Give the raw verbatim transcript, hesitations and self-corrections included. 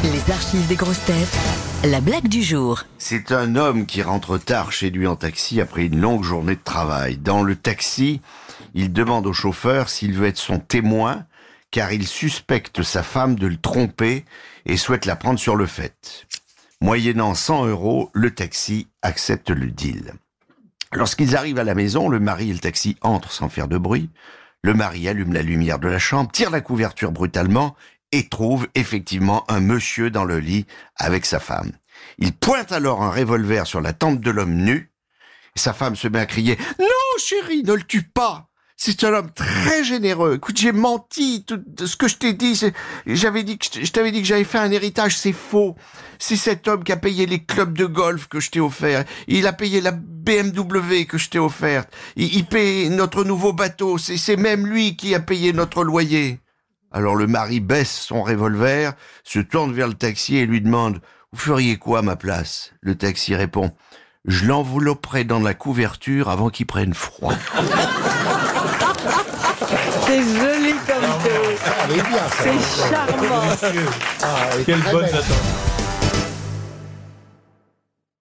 Les archives des grosses têtes, la blague du jour. C'est un homme qui rentre tard chez lui en taxi après une longue journée de travail. Dans le taxi, il demande au chauffeur s'il veut être son témoin, car il suspecte sa femme de le tromper et souhaite la prendre sur le fait. Moyennant cent euros, le taxi accepte le deal. Lorsqu'ils arrivent à la maison, le mari et le taxi entrent sans faire de bruit. Le mari allume la lumière de la chambre, tire la couverture brutalement et trouve effectivement un monsieur dans le lit avec sa femme. Il pointe alors un revolver sur la tempe de l'homme nu. Sa femme se met à crier « Non, chérie, ne le tue pas !» C'est un homme très généreux. Écoute, j'ai menti. Tout ce que je t'ai dit, c'est, j'avais dit que je t'avais dit que j'avais fait un héritage, c'est faux. C'est cet homme qui a payé les clubs de golf que je t'ai offert. Il a payé la B M W que je t'ai offerte. Il, il paye notre nouveau bateau. C'est, c'est même lui qui a payé notre loyer. Alors le mari baisse son revolver, se tourne vers le taxi et lui demande « Vous feriez quoi à ma place ?» Le taxi répond « Je l'envelopperai dans la couverture avant qu'il prenne froid. » C'est joli comme tout. Ah, elle est bien, ça. C'est charmant. Ah, elle est Quelle très bonne belle. attente.